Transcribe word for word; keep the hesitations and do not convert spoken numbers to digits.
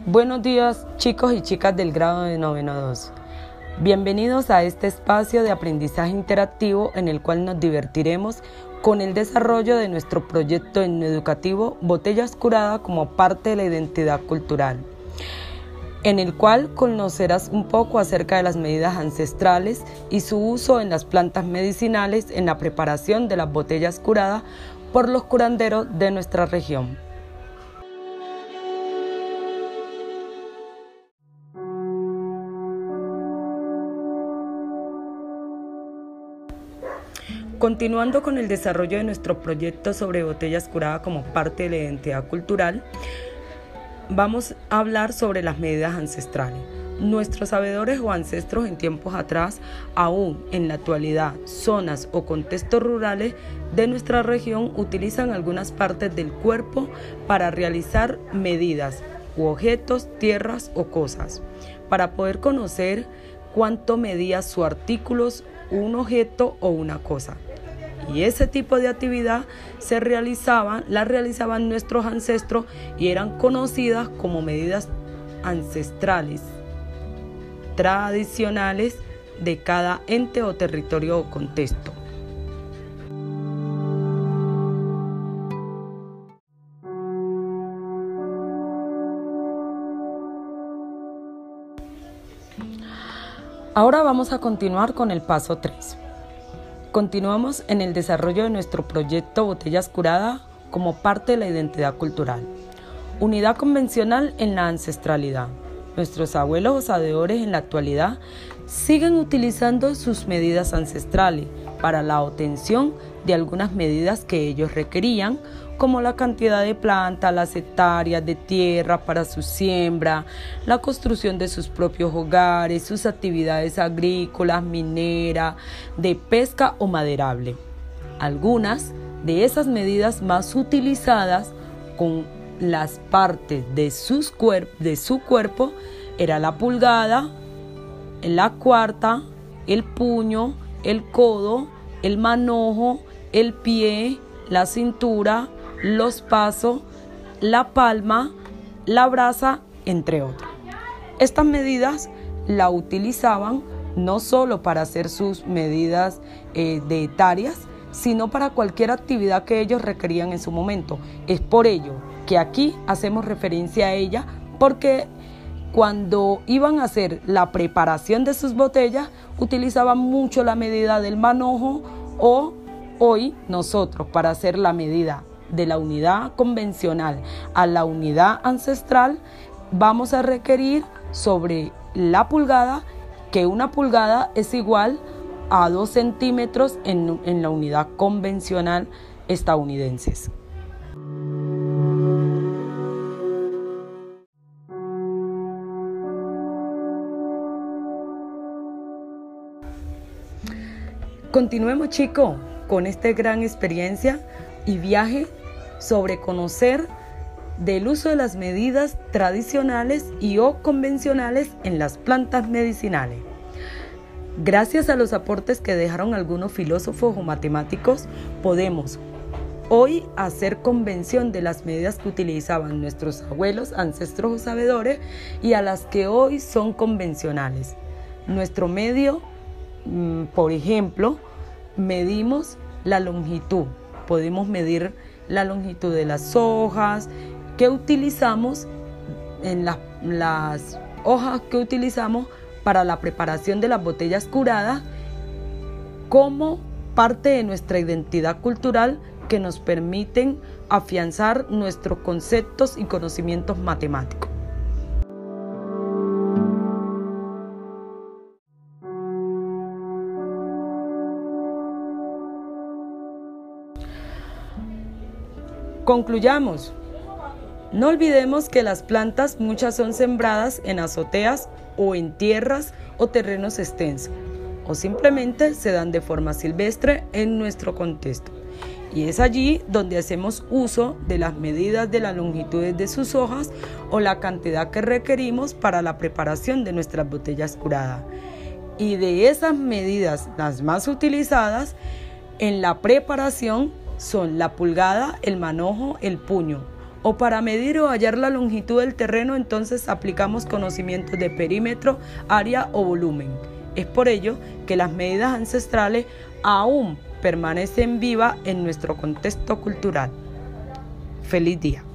Buenos días, chicos y chicas del grado de noveno dos. Bienvenidos a este espacio de aprendizaje interactivo en el cual nos divertiremos con el desarrollo de nuestro proyecto educativo Botella Oscurada como parte de la identidad cultural, en el cual conocerás un poco acerca de las medidas ancestrales y su uso en las plantas medicinales en la preparación de las botellas curadas por los curanderos de nuestra región. Continuando con el desarrollo de nuestro proyecto sobre botellas curadas como parte de la identidad cultural, vamos a hablar sobre las medidas ancestrales. Nuestros sabedores o ancestros en tiempos atrás, aún en la actualidad, zonas o contextos rurales de nuestra región utilizan algunas partes del cuerpo para realizar medidas u objetos, tierras o cosas, para poder conocer cuánto medía sus artículos, un objeto o una cosa. Y ese tipo de actividad se realizaban, la realizaban nuestros ancestros y eran conocidas como medidas ancestrales, tradicionales de cada ente o territorio o contexto. Ahora vamos a continuar con el paso tres. Continuamos en el desarrollo de nuestro proyecto Botellas Curadas como parte de la identidad cultural. Unidad convencional en la ancestralidad. Nuestros abuelos o sabedores en la actualidad siguen utilizando sus medidas ancestrales para la obtención de algunas medidas que ellos requerían, como la cantidad de plantas, las hectáreas de tierra para su siembra, la construcción de sus propios hogares, sus actividades agrícolas, mineras, de pesca o maderable. Algunas de esas medidas más utilizadas con las partes de, sus cuerp- de su cuerpo era la pulgada, la cuarta, el puño, el codo, el manojo, el pie, la cintura, los pasos, la palma, la brasa, entre otros. Estas medidas la utilizaban no solo para hacer sus medidas eh, de hectáreas, sino para cualquier actividad que ellos requerían en su momento. Es por ello que aquí hacemos referencia a ella, porque cuando iban a hacer la preparación de sus botellas, utilizaban mucho la medida del manojo, o hoy nosotros para hacer la medida de la unidad convencional a la unidad ancestral vamos a requerir sobre la pulgada, que una pulgada es igual a dos centímetros en, en la unidad convencional estadounidense. Continuemos, chicos, con esta gran experiencia y viaje sobre conocer del uso de las medidas tradicionales y o convencionales en las plantas medicinales. Gracias a los aportes que dejaron algunos filósofos o matemáticos, podemos hoy hacer convención de las medidas que utilizaban nuestros abuelos, ancestros o sabedores, y a las que hoy son convencionales. Nuestro medio, por ejemplo, medimos la longitud. Podemos medir la longitud de las hojas que utilizamos, en la, las hojas que utilizamos para la preparación de las botellas curadas, como parte de nuestra identidad cultural que nos permiten afianzar nuestros conceptos y conocimientos matemáticos. Concluyamos. No olvidemos que las plantas muchas son sembradas en azoteas o en tierras o terrenos extensos, o simplemente se dan de forma silvestre en nuestro contexto. Y es allí donde hacemos uso de las medidas de las longitudes de sus hojas o la cantidad que requerimos para la preparación de nuestras botellas curadas. Y de esas medidas, las más utilizadas en la preparación son la pulgada, el manojo, el puño, O para medir o hallar la longitud del terreno, entonces aplicamos conocimientos de perímetro, área o volumen. Es por ello que las medidas ancestrales aún permanecen vivas en nuestro contexto cultural. Feliz día.